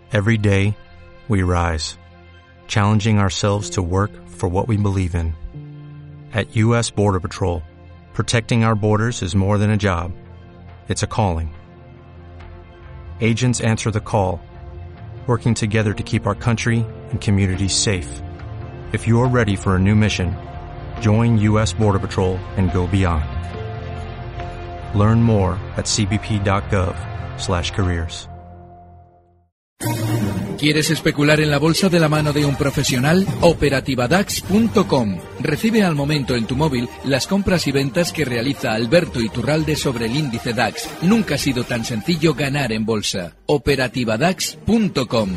Every day, we rise, challenging ourselves to work for what we believe in. At U.S. Border Patrol, protecting our borders is more than a job. It's a calling. Agents answer the call, working together to keep our country and communities safe. If you are ready for a new mission, join U.S. Border Patrol and go beyond. Learn more at cbp.gov/careers. ¿Quieres especular en la bolsa de la mano de un profesional? Operativadax.com. Recibe al momento en tu móvil las compras y ventas que realiza Alberto Iturralde sobre el índice DAX. Nunca ha sido tan sencillo ganar en bolsa. Operativadax.com.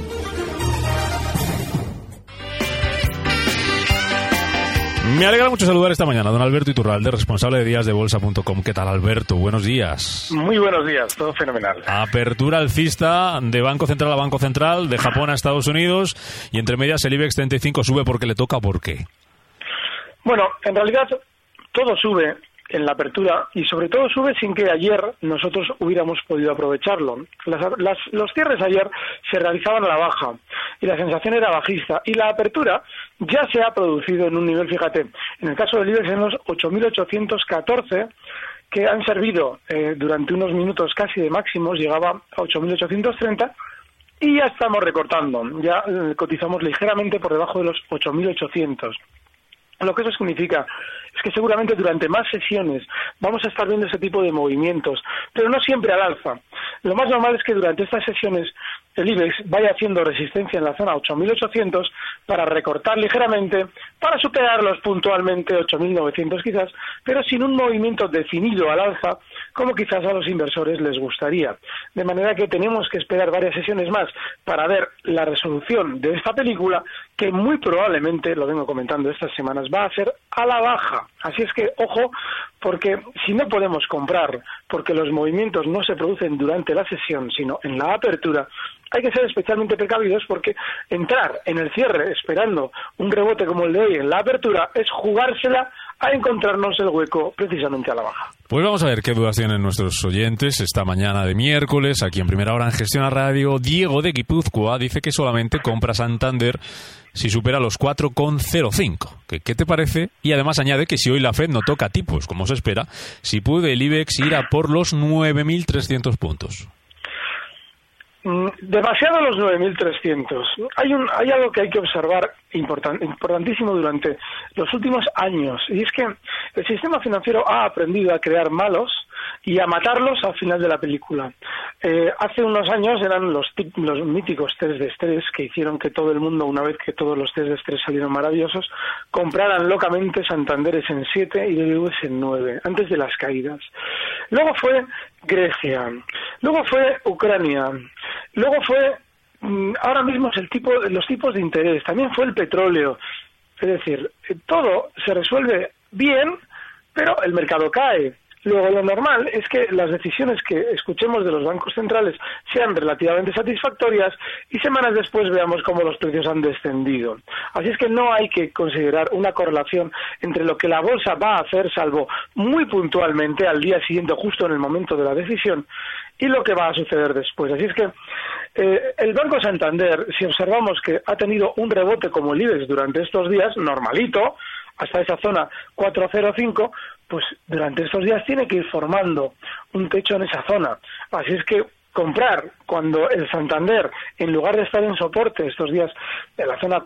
Me alegra mucho saludar esta mañana a don Alberto Iturralde, responsable de díasdebolsa.com. ¿Qué tal, Alberto? Buenos días. Muy buenos días, todo fenomenal. Apertura alcista de Banco Central a Banco Central, de Japón a Estados Unidos, y entre medias el IBEX 35 sube porque le toca. ¿Por qué? Bueno, en realidad todo sube en la apertura y sobre todo sube sin que ayer nosotros hubiéramos podido aprovecharlo. Los cierres ayer se realizaban a la baja y la sensación era bajista, y la apertura ya se ha producido en un nivel, fíjate, en el caso del IBEX en los 8.814, que han servido durante unos minutos casi de máximos, llegaba a 8.830, y ya estamos recortando, ya cotizamos ligeramente por debajo de los 8.800. Lo que eso significa es que seguramente durante más sesiones vamos a estar viendo ese tipo de movimientos, pero no siempre al alza. Lo más normal es que durante estas sesiones el IBEX vaya haciendo resistencia en la zona 8.800 para recortar ligeramente, para superarlos puntualmente 8.900 quizás, pero sin un movimiento definido al alza como quizás a los inversores les gustaría. De manera que tenemos que esperar varias sesiones más para ver la resolución de esta película, que muy probablemente, lo vengo comentando estas semanas, va a ser a la baja. Así es que, ojo, porque si no podemos comprar, porque los movimientos no se producen durante la sesión, sino en la apertura, hay que ser especialmente precavidos, porque entrar en el cierre esperando un rebote como el de hoy en la apertura es jugársela a encontrarnos el hueco precisamente a la baja. Pues vamos a ver qué dudas tienen nuestros oyentes esta mañana de miércoles. Aquí en Primera Hora en Gestión a Radio, Diego de Guipúzcoa dice que solamente compra Santander si supera los 4,05. ¿Qué te parece? Y además añade que si hoy la FED no toca tipos, como se espera, si puede el IBEX ir a por los 9.300 puntos. Demasiado los 9.300. Hay algo que hay que observar importantísimo durante los últimos años, y es que el sistema financiero ha aprendido a crear malos y a matarlos al final de la película. Hace unos años eran los míticos test de estrés que hicieron que todo el mundo, una vez que todos los test de estrés salieron maravillosos, compraran locamente Santanderes en 7 y BBVs en 9, antes de las caídas. Luego fue Grecia, luego fue Ucrania, luego fue, ahora mismo es los tipos de interés, también fue el petróleo. Es decir, todo se resuelve bien, pero el mercado cae. Luego, lo normal es que las decisiones que escuchemos de los bancos centrales sean relativamente satisfactorias y semanas después veamos cómo los precios han descendido. Así es que no hay que considerar una correlación entre lo que la bolsa va a hacer, salvo muy puntualmente al día siguiente, justo en el momento de la decisión, y lo que va a suceder después. Así es que el Banco Santander, si observamos que ha tenido un rebote como el IBEX durante estos días, normalito, hasta esa zona 405, pues durante estos días tiene que ir formando un techo en esa zona. Así es que comprar cuando el Santander, en lugar de estar en soporte estos días, en la zona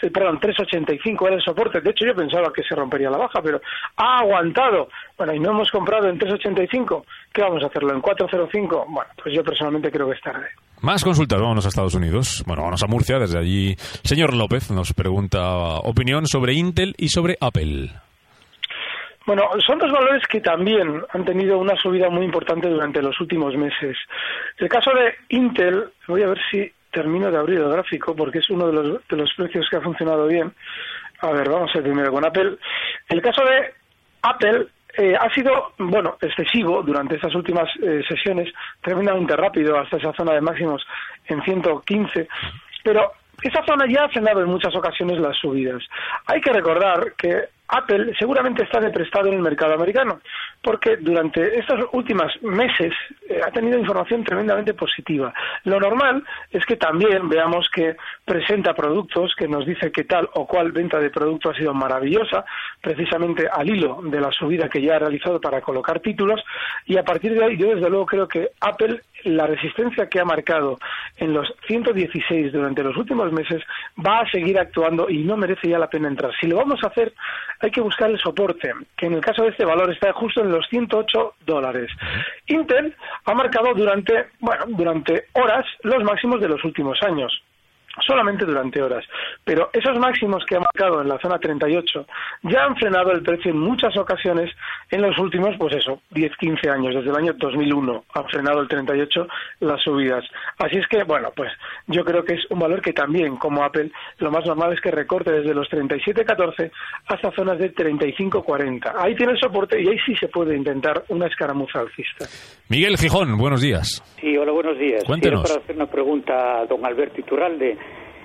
385 era el soporte, de hecho yo pensaba que se rompería la baja, pero ha aguantado, bueno, y no hemos comprado en 385, ¿qué vamos a hacerlo? ¿En 405? Bueno, pues yo personalmente creo que es tarde. Más consultas, vámonos a Estados Unidos. Bueno, vámonos a Murcia, desde allí. Señor López nos pregunta opinión sobre Intel y sobre Apple. Bueno, son dos valores que también han tenido una subida muy importante durante los últimos meses. El caso de Intel, voy a ver si termino de abrir el gráfico, porque es uno de los precios que ha funcionado bien. A ver, vamos a ver primero con Apple. El caso de Apple ha sido, bueno, excesivo durante estas últimas sesiones, tremendamente rápido hasta esa zona de máximos en 115, pero esa zona ya ha frenado en muchas ocasiones las subidas. Hay que recordar que Apple seguramente está de prestado en el mercado americano, porque durante estos últimos meses ha tenido información tremendamente positiva. Lo normal es que también veamos que presenta productos, que nos dice que tal o cual venta de producto ha sido maravillosa, precisamente al hilo de la subida que ya ha realizado para colocar títulos, y a partir de ahí yo desde luego creo que Apple, la resistencia que ha marcado en los 116 durante los últimos meses, va a seguir actuando y no merece ya la pena entrar. Si lo vamos a hacer, hay que buscar el soporte, que en el caso de este valor está justo en los $108. Intel ha marcado durante horas los máximos de los últimos años. Solamente durante horas, pero esos máximos que ha marcado en la zona 38 ya han frenado el precio en muchas ocasiones en los últimos, 10-15 años, desde el año 2001 han frenado el 38 las subidas. Así es que, yo creo que es un valor que también, como Apple, lo más normal es que recorte desde los 37.14 hasta zonas de 35.40. Ahí tiene el soporte y ahí sí se puede intentar una escaramuza alcista. Miguel Gijón, buenos días. Sí, hola, buenos días. Cuéntenos. Quiero para hacer una pregunta a don Alberto Iturralde.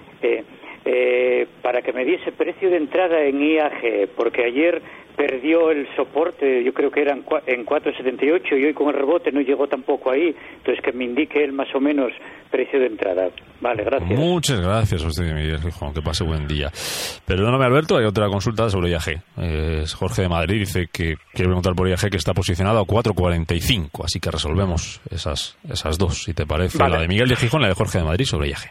Para que me diese precio de entrada en IAG, porque ayer perdió el soporte, yo creo que eran en 4.78 y hoy con el rebote no llegó tampoco ahí, entonces que me indique él más o menos precio de entrada. Vale, gracias. Muchas gracias a usted, Miguel Gijón, que pase buen día. Perdóname, Alberto, hay otra consulta sobre IAG. Es Jorge de Madrid, dice que quiere preguntar por IAG, que está posicionado a 4.45, así que resolvemos esas dos, si te parece. Vale. La de Miguel de Gijón, la de Jorge de Madrid sobre IAG.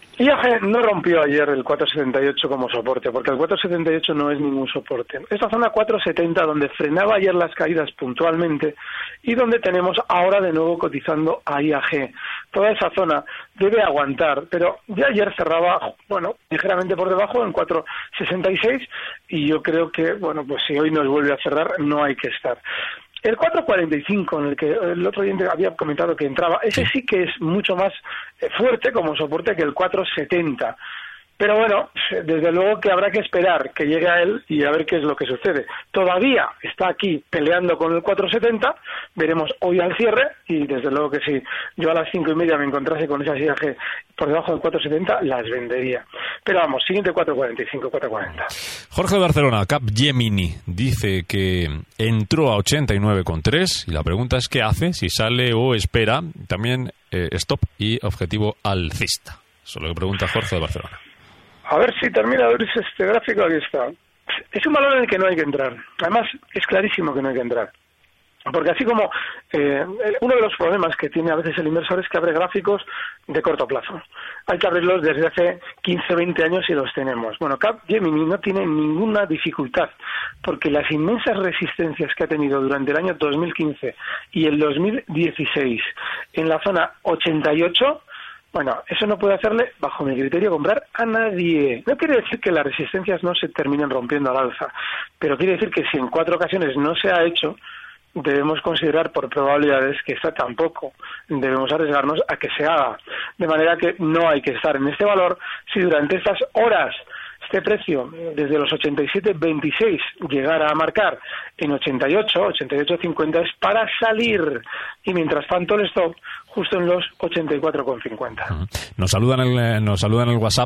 IAG no rompió ayer el 4.78 como soporte, porque el 4.78 no es ningún soporte. Esta zona 4.70, donde frenaba ayer las caídas puntualmente y donde tenemos ahora de nuevo cotizando a IAG. Toda esa zona debe aguantar, pero ya ayer cerraba, ligeramente por debajo en 4.66 y yo creo que, si hoy nos vuelve a cerrar, no hay que estar. El 4.45, en el que el otro día había comentado que entraba, ese sí que es mucho más fuerte como soporte que el 4.70. Pero desde luego que habrá que esperar que llegue a él y a ver qué es lo que sucede. Todavía está aquí peleando con el 4.70, veremos hoy al cierre, y desde luego que si yo a las 5:30 me encontrase con esas IAG por debajo del 4.70, las vendería. Pero siguiente 4.45, 4.40. Jorge de Barcelona, Capgemini, dice que entró a 89,3 y la pregunta es qué hace, si sale o espera, también stop y objetivo alcista. Eso es lo que pregunta Jorge de Barcelona. A ver si termina de abrirse este gráfico, aquí está. Es un valor en el que no hay que entrar. Además, es clarísimo que no hay que entrar. Porque así como uno de los problemas que tiene a veces el inversor es que abre gráficos de corto plazo. Hay que abrirlos desde hace 15, 20 años y los tenemos. Capgemini no tiene ninguna dificultad, porque las inmensas resistencias que ha tenido durante el año 2015 y el 2016 en la zona 88... eso no puede hacerle, bajo mi criterio, comprar a nadie. No quiere decir que las resistencias no se terminen rompiendo al alza, pero quiere decir que si en 4 ocasiones no se ha hecho, debemos considerar por probabilidades que esta tampoco debemos arriesgarnos a que se haga. De manera que no hay que estar en este valor si durante estas horas este precio desde los 87.26 llegara a marcar en 88.50 es para salir, y mientras tanto el stop justo en los 84,50. Nos saludan en el WhatsApp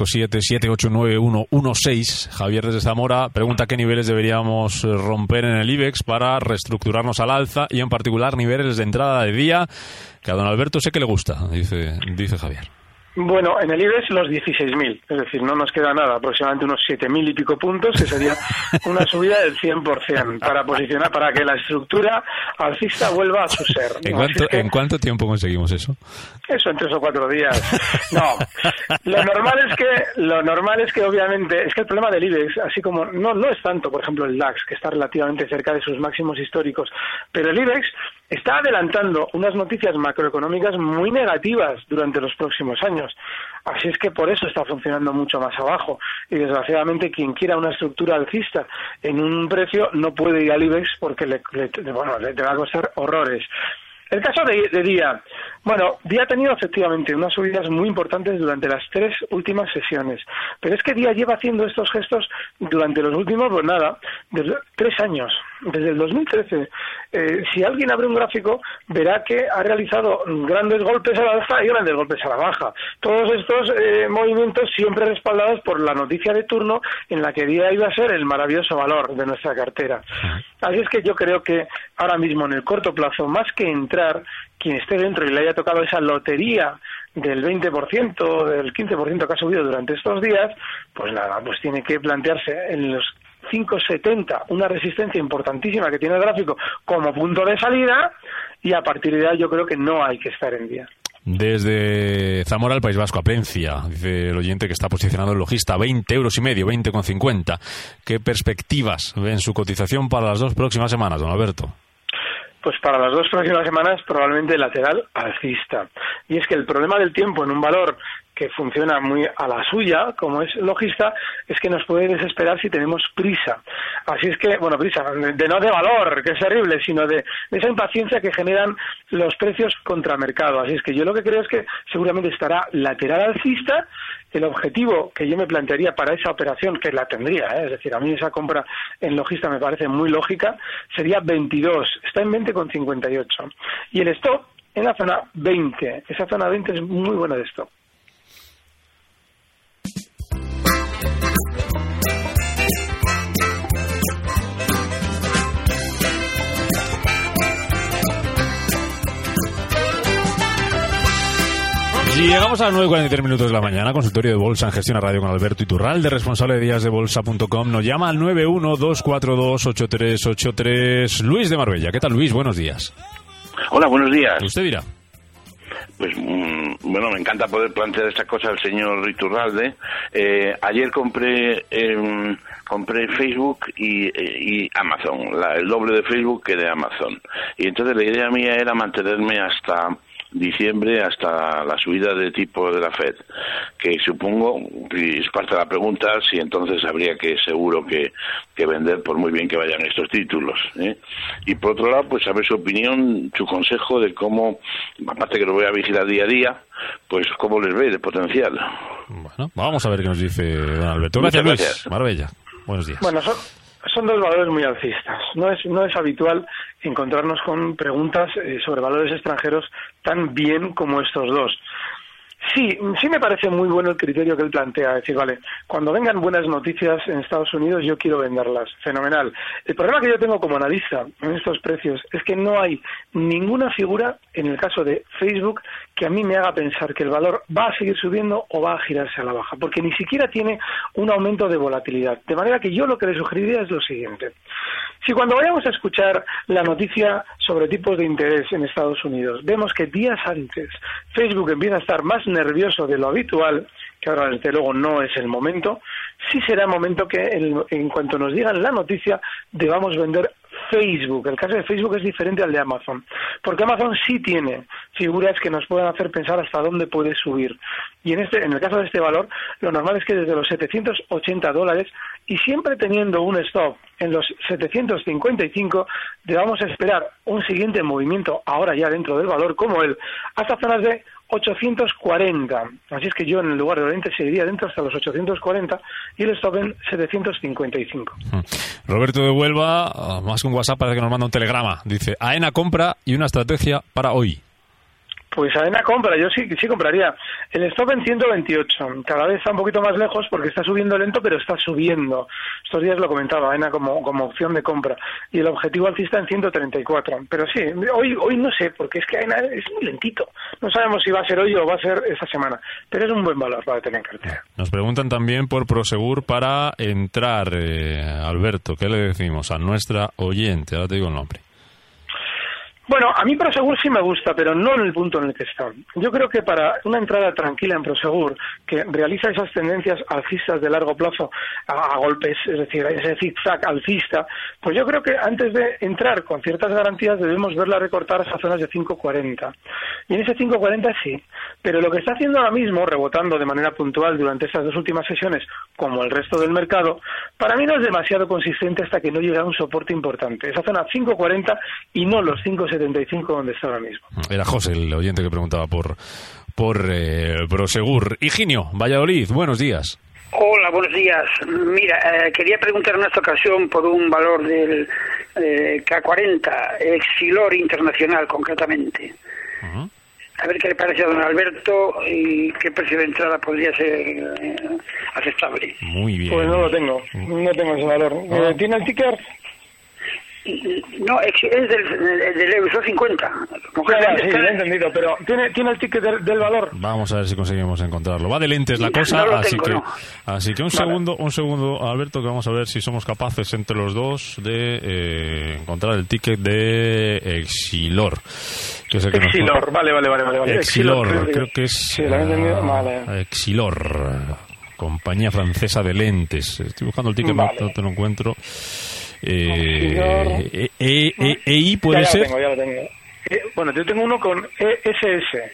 657-789-116. Javier desde Zamora pregunta qué niveles deberíamos romper en el IBEX para reestructurarnos al alza, y en particular niveles de entrada de día que a don Alberto sé que le gusta, dice Javier. En el IBEX los 16.000, es decir, no nos queda nada, aproximadamente unos 7.000 y pico puntos, que sería una subida del 100% para posicionar, para que la estructura alcista vuelva a su ser. ¿En cuánto tiempo conseguimos eso? Eso en 3 o 4 días. No, lo normal es que obviamente, es que el problema del IBEX, así como no es tanto, por ejemplo, el DAX, que está relativamente cerca de sus máximos históricos, pero el IBEX está adelantando unas noticias macroeconómicas muy negativas durante los próximos años. Así es que por eso está funcionando mucho más abajo. Y desgraciadamente quien quiera una estructura alcista en un precio no puede ir al IBEX porque le va a costar horrores. El caso de Día. Día ha tenido efectivamente unas subidas muy importantes durante las 3 últimas sesiones. Pero es que Día lleva haciendo estos gestos durante los últimos, 3 años. desde el 2013. Si alguien abre un gráfico, verá que ha realizado grandes golpes a la alza y grandes golpes a la baja. Todos estos movimientos siempre respaldados por la noticia de turno en la que día iba a ser el maravilloso valor de nuestra cartera. Así es que yo creo que ahora mismo, en el corto plazo, más que entrar, quien esté dentro y le haya tocado esa lotería del 20%, del 15% que ha subido durante estos días, pues nada, pues tiene que plantearse en los 5,70, una resistencia importantísima que tiene el gráfico como punto de salida, y a partir de ahí yo creo que no hay que estar en vía. Desde Zamora, al País Vasco, a Plencia, dice el oyente que está posicionado el logista, 20,5 euros, 20,50. ¿Qué perspectivas ven su cotización para las 2 próximas semanas, don Alberto? Pues para las 2 próximas semanas probablemente lateral alcista. Y es que el problema del tiempo en un valor que funciona muy a la suya, como es logista, es que nos puede desesperar si tenemos prisa. Así es que, bueno, prisa, no de valor, que es terrible, sino de esa impaciencia que generan los precios contra mercado. Así es que yo lo que creo es que seguramente estará lateral alcista. El objetivo que yo me plantearía para esa operación, que la tendría, es decir, a mí esa compra en logista me parece muy lógica, sería 22, está en 20,58. Y el stop en la zona 20, esa zona 20 es muy buena de stop. Y llegamos a las 9:43 minutos de la mañana, consultorio de bolsa en Gestión a Radio con Alberto Iturralde, responsable de díasdebolsa.com. Nos llama al 912428383 Luis de Marbella. ¿Qué tal, Luis? Buenos días. Hola, buenos días. ¿Usted dirá? Pues bueno, me encanta poder plantear esta cosa al señor Iturralde. Ayer compré Facebook y Amazon, el doble de Facebook que de Amazon. Y entonces la idea mía era mantenerme hasta diciembre, hasta la subida de tipo de la FED, que supongo, y es parte de la pregunta, si entonces habría que seguro que vender por muy bien que vayan estos títulos, ¿eh? Y por otro lado, pues saber su opinión, su consejo de cómo, aparte que lo voy a vigilar día a día, pues cómo les ve de potencial. Bueno, vamos a ver qué nos dice don Alberto. Gracias, Luis. Marbella. Buenos días. Bueno, son dos valores muy alcistas. No es habitual encontrarnos con preguntas sobre valores extranjeros tan bien como estos dos. Sí me parece muy bueno el criterio que él plantea, decir, vale, cuando vengan buenas noticias en Estados Unidos yo quiero venderlas, fenomenal. El problema que yo tengo como analista en estos precios es que no hay ninguna figura, en el caso de Facebook, que a mí me haga pensar que el valor va a seguir subiendo o va a girarse a la baja, porque ni siquiera tiene un aumento de volatilidad. De manera que yo lo que le sugeriría es lo siguiente. Si cuando vayamos a escuchar la noticia sobre tipos de interés en Estados Unidos, vemos que días antes Facebook empieza a estar más nervioso de lo habitual, que ahora desde luego no es el momento, sí será el momento que en cuanto nos digan la noticia debamos vender Facebook. El caso de Facebook es diferente al de Amazon, porque Amazon sí tiene figuras que nos pueden hacer pensar hasta dónde puede subir. Y en el caso de este valor, lo normal es que desde los $780 y siempre teniendo un stop en los 755, debamos esperar un siguiente movimiento ahora ya dentro del valor como él, hasta zonas de 840. Así es que yo en el lugar de Oriente seguiría dentro hasta los 840 y el stop en 755. Roberto de Huelva, más que un WhatsApp, parece que nos manda un telegrama. Dice, AENA compra y una estrategia para hoy. Pues AENA compra, yo sí compraría. El stop en 128, cada vez está un poquito más lejos porque está subiendo lento, pero está subiendo. Estos días lo comentaba, AENA como opción de compra. Y el objetivo alcista en 134. Pero sí, hoy no sé, porque es que AENA es muy lentito. No sabemos si va a ser hoy o va a ser esta semana. Pero es un buen valor para tener en cartera. Nos preguntan también por Prosegur para entrar, Alberto. ¿Qué le decimos a nuestra oyente? Ahora te digo el nombre. Bueno, a mí Prosegur sí me gusta, pero no en el punto en el que está. Yo creo que para una entrada tranquila en Prosegur, que realiza esas tendencias alcistas de largo plazo a golpes, es decir, ese zigzag alcista, pues yo creo que antes de entrar con ciertas garantías debemos verla recortar a zonas de 5.40. Y en ese 5.40 sí, pero lo que está haciendo ahora mismo, rebotando de manera puntual durante estas dos últimas sesiones, como el resto del mercado, para mí no es demasiado consistente hasta que no llegue a un soporte importante. Esa zona 5.40 y no los 5.75 donde está ahora mismo. Era José el oyente que preguntaba por Prosegur. Higinio, Valladolid, buenos días. Hola, buenos días. Mira, quería preguntar en esta ocasión por un valor del K40, Exilor Internacional concretamente. Uh-huh. A ver qué le parece a don Alberto y qué precio de entrada podría ser aceptable. Muy bien. Pues no lo tengo ese valor. ¿Tiene el ticker? No, es del Euro 50. Claro, sí, lo he entendido, pero ¿tiene el ticket del valor? Vamos a ver si conseguimos encontrarlo. Va de lentes la cosa, no así que un segundo, Alberto, que vamos a ver si somos capaces entre los dos de encontrar el ticket de Exilor. Que es el que Exilor, vale. Exilor, creo que es... Sí, lo he entendido. Vale. Exilor, compañía francesa de lentes. Estoy buscando el ticket, no te lo encuentro. EI puede ser. Ya lo tengo. Bueno, yo tengo uno con ESS.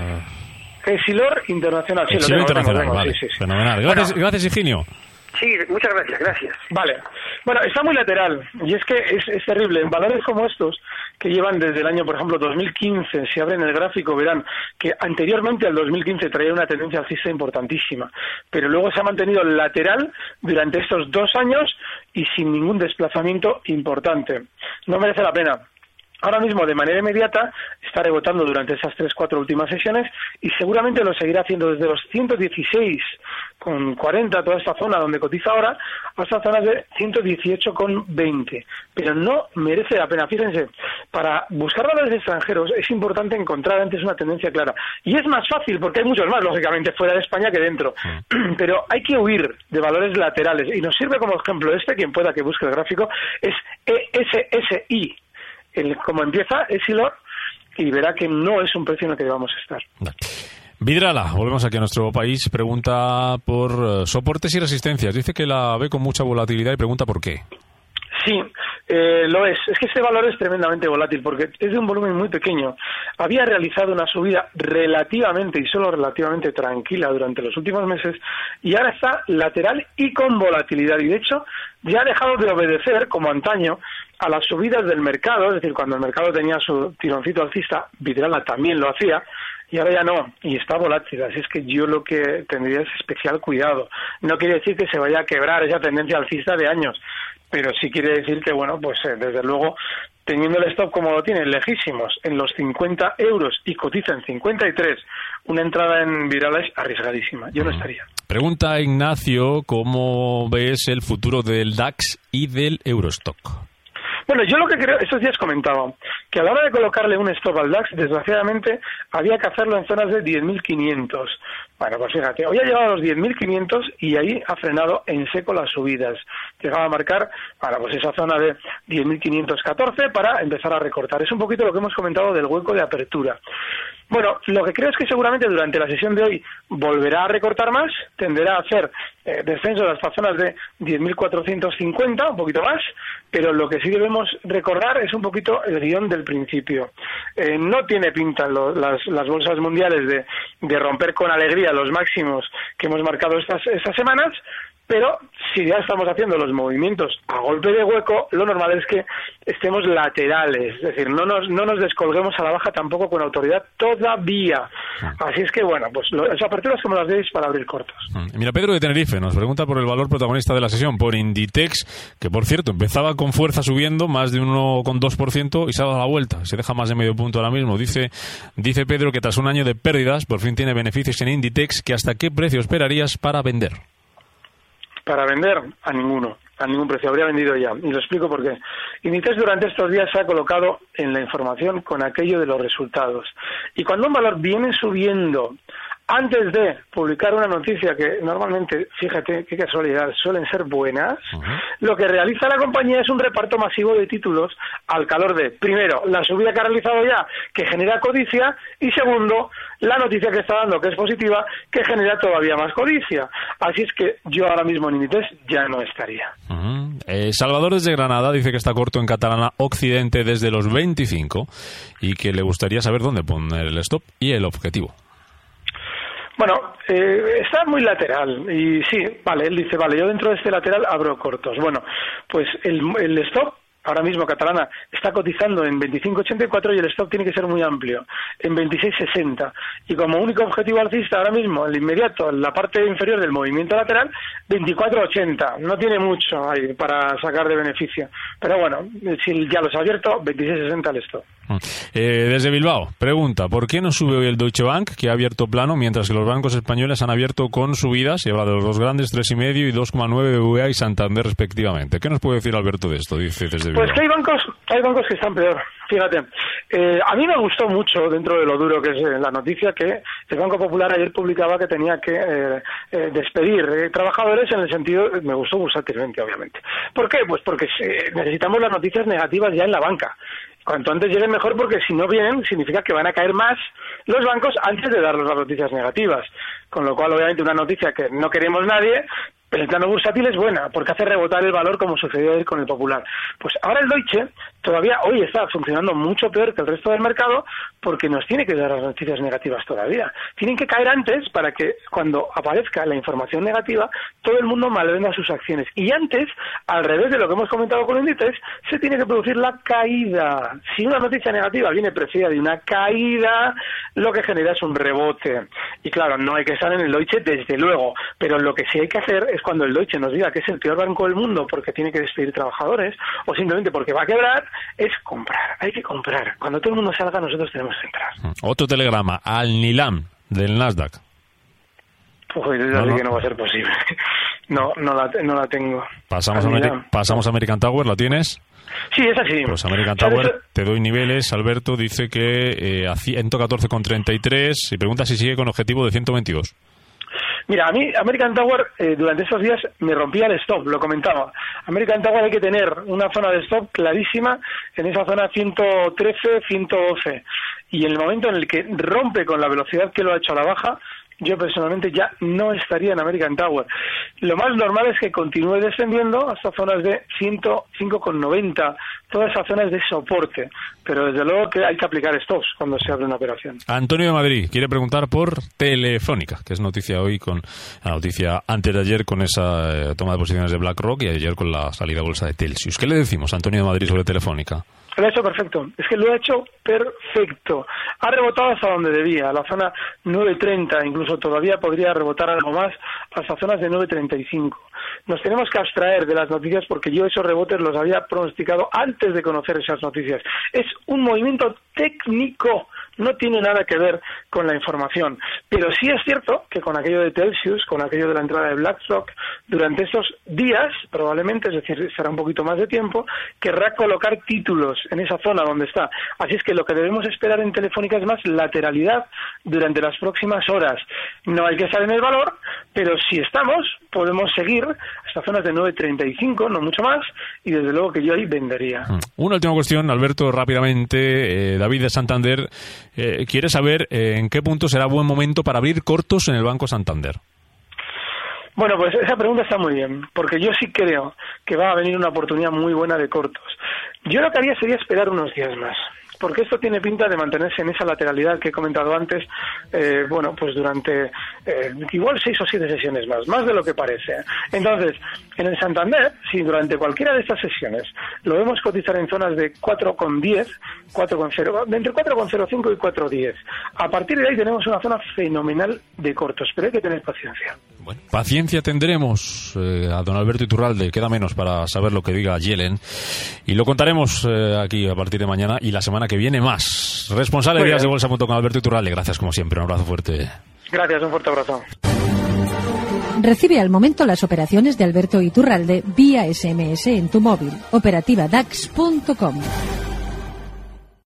Exilor Internacional. Sí, Exilor Internacional, tengo, vale. Sí. Fenomenal. Gracias, Higinio. Sí, muchas gracias. Vale. Bueno, está muy lateral, y es que es terrible. En valores como estos, que llevan desde el año, por ejemplo, 2015, si abren el gráfico verán que anteriormente al 2015 traía una tendencia alcista importantísima, pero luego se ha mantenido lateral durante estos 2 años y sin ningún desplazamiento importante. No merece la pena. Ahora mismo, de manera inmediata, está rebotando durante esas 3-4 últimas sesiones y seguramente lo seguirá haciendo desde los 116,40, toda esta zona donde cotiza ahora, hasta zonas de 118,20. Pero no merece la pena. Fíjense, para buscar valores extranjeros es importante encontrar antes una tendencia clara. Y es más fácil porque hay muchos más, lógicamente, fuera de España que dentro. Pero hay que huir de valores laterales. Y nos sirve como ejemplo quien pueda que busque el gráfico, es ESSI. Como empieza Exilor, y verá que no es un precio en el que debamos estar. Vidrala, volvemos aquí a nuestro país, pregunta por soportes y resistencias. Dice que la ve con mucha volatilidad y pregunta por qué. Sí, lo es. Es que este valor es tremendamente volátil porque es de un volumen muy pequeño. Había realizado una subida relativamente y solo relativamente tranquila durante los últimos meses y ahora está lateral y con volatilidad. Y de hecho ya ha dejado de obedecer, como antaño, a las subidas del mercado. Es decir, cuando el mercado tenía su tironcito alcista, Vidrala también lo hacía. Y ahora ya no, y está volátil, así es que yo lo que tendría es especial cuidado. No quiere decir que se vaya a quebrar esa tendencia alcista de años, pero sí quiere decir que, bueno, pues desde luego, teniendo el stop como lo tiene, lejísimos, en los 50 euros y cotiza en 53, una entrada en Vidrala es arriesgadísima, yo no estaría. Pregunta Ignacio, ¿cómo ves el futuro del DAX y del Eurostock? Bueno, yo lo que creo, estos días comentaba, que a la hora de colocarle un stop al DAX, desgraciadamente, había que hacerlo en zonas de 10.500. Bueno, pues fíjate, hoy ha llegado a los 10.500 y ahí ha frenado en seco las subidas. Llegaba a marcar, bueno, pues esa zona de 10.514 para empezar a recortar. Es un poquito lo que hemos comentado del hueco de apertura. Bueno, lo que creo es que seguramente durante la sesión de hoy volverá a recortar más, tenderá a hacer descenso de estas zonas de 10.450, un poquito más, pero lo que sí debemos recordar es un poquito el guión del principio. No tiene pinta las bolsas mundiales de romper con alegría los máximos que hemos marcado estas semanas, pero si ya estamos haciendo los movimientos a golpe de hueco, lo normal es que estemos laterales, es decir, no nos descolguemos a la baja tampoco con autoridad todavía. Así es que, bueno, pues las aperturas como las veis para abrir cortos. Mira, Pedro de Tenerife nos pregunta por el valor protagonista de la sesión, por Inditex, que por cierto empezaba con fuerza subiendo, más de 1,2% y se ha dado la vuelta, se deja más de medio punto ahora mismo. Dice Pedro que tras un año de pérdidas, por fin tiene beneficios en Inditex, que hasta qué precio esperarías para vender. Para vender, a ningún precio, habría vendido ya. Y lo explico por qué. Inditex durante estos días se ha colocado en la información con aquello de los resultados. Y cuando un valor viene subiendo antes de publicar una noticia que normalmente, fíjate qué casualidad, suelen ser buenas, lo que realiza la compañía es un reparto masivo de títulos al calor de, primero, la subida que ha realizado ya, que genera codicia, y segundo, la noticia que está dando, que es positiva, que genera todavía más codicia. Así es que yo ahora mismo en Inditex ya no estaría. Salvador desde Granada dice que está corto en Catalana Occidente desde los 25 y que le gustaría saber dónde poner el stop y el objetivo. Bueno, está muy lateral y sí, vale, él dice, vale, yo dentro de este lateral abro cortos. Bueno, pues el stop ahora mismo catalana, está cotizando en 25,84 y el stop tiene que ser muy amplio, en 26,60. Y como único objetivo alcista ahora mismo, el inmediato, en la parte inferior del movimiento lateral, 24,80. No tiene mucho ahí para sacar de beneficio. Pero bueno, si ya los ha abierto, 26,60 el stop. Desde Bilbao, pregunta, ¿por qué no sube hoy el Deutsche Bank, que ha abierto plano, mientras que los bancos españoles han abierto con subidas? Y habla de los dos grandes, 3,5 y 2,9 BBVA y Santander respectivamente. ¿Qué nos puede decir Alberto de esto? Dice desde Bilbao. Pues que hay bancos que están peor. Fíjate, a mí me gustó mucho, dentro de lo duro que es la noticia, que el Banco Popular ayer publicaba que tenía que despedir trabajadores, en el sentido, me gustó bursátilmente, obviamente. ¿Por qué? Pues porque necesitamos las noticias negativas ya en la banca. Cuanto antes lleguen mejor, porque si no vienen significa que van a caer más los bancos antes de darnos las noticias negativas. Con lo cual, obviamente, una noticia que no queremos nadie, pero el plano bursátil es buena, porque hace rebotar el valor, como sucedió ayer con el Popular. Pues ahora el Deutsche todavía hoy está funcionando mucho peor que el resto del mercado, porque nos tiene que dar las noticias negativas todavía. Tienen que caer antes para que cuando aparezca la información negativa, todo el mundo malvenda sus acciones. Y antes, al revés de lo que hemos comentado con el Inditex, se tiene que producir la caída. Si una noticia negativa viene precedida de una caída, lo que genera es un rebote. Y claro, no hay que estar en el Deutsche, desde luego, pero lo que sí hay que hacer es, cuando el Deutsche nos diga que es el peor banco del mundo porque tiene que despedir trabajadores, o simplemente porque va a quebrar, es comprar. Hay que comprar. Cuando todo el mundo salga, nosotros tenemos que entrar. Otro telegrama, al Nilam, del Nasdaq. Uy, yo que no va a ser posible. No la tengo. Pasamos a American Tower, ¿la tienes? Sí, es así. Pues American Tower, te doy niveles. Alberto dice que a 114,33 y pregunta si sigue con objetivo de 122. Mira, a mí American Tower durante estos días me rompía el stop, lo comentaba. American Tower hay que tener una zona de stop clarísima en esa zona 113, 112. Y en el momento en el que rompe con la velocidad que lo ha hecho a la baja, yo personalmente ya no estaría en American Tower. Lo más normal es que continúe descendiendo hasta zonas de 105,90, todas esas zonas de soporte, pero desde luego que hay que aplicar stops cuando se abre una operación. Antonio de Madrid quiere preguntar por Telefónica, que es noticia hoy, con la noticia antes de ayer con esa toma de posiciones de BlackRock y ayer con la salida a bolsa de Telxius. ¿Qué le decimos a Antonio de Madrid sobre Telefónica? Lo ha hecho perfecto, es que lo ha hecho perfecto. Ha rebotado hasta donde debía, la zona 9.30, incluso todavía podría rebotar algo más hasta zonas de 9.35. Nos tenemos que abstraer de las noticias porque yo esos rebotes los había pronosticado antes de conocer esas noticias. Es un movimiento técnico, no tiene nada que ver con la información. Pero sí es cierto que con aquello de Telxius, con aquello de la entrada de BlackRock, durante estos días, probablemente, es decir, será un poquito más de tiempo, querrá colocar títulos en esa zona donde está. Así es que lo que debemos esperar en Telefónica es más lateralidad durante las próximas horas. No hay que estar en el valor, pero si estamos, podemos seguir hasta zonas de 9.35, no mucho más, y desde luego que yo ahí vendería. Una última cuestión, Alberto, rápidamente. David de Santander quiere saber en qué punto será buen momento para abrir cortos en el Banco Santander. Bueno, pues esa pregunta está muy bien, porque yo sí creo que va a venir una oportunidad muy buena de cortos. Yo lo que haría sería esperar unos días más, porque esto tiene pinta de mantenerse en esa lateralidad que he comentado antes, bueno, pues durante igual 6 o 7 sesiones más de lo que parece. Entonces, en el Santander, si durante cualquiera de estas sesiones lo vemos cotizar en zonas de 4,10, 4,0, entre 4,05 y 4,10, a partir de ahí tenemos una zona fenomenal de cortos, pero hay que tener paciencia. Bueno, paciencia tendremos a don Alberto Iturralde, queda menos para saber lo que diga Yellen, y lo contaremos aquí a partir de mañana y la semana que viene más. Responsable de días de bolsa.com, Alberto Iturralde, gracias como siempre, un abrazo fuerte. Gracias, un fuerte abrazo. Recibe al momento las operaciones de Alberto Iturralde vía SMS en tu móvil. Operativa DAX.com.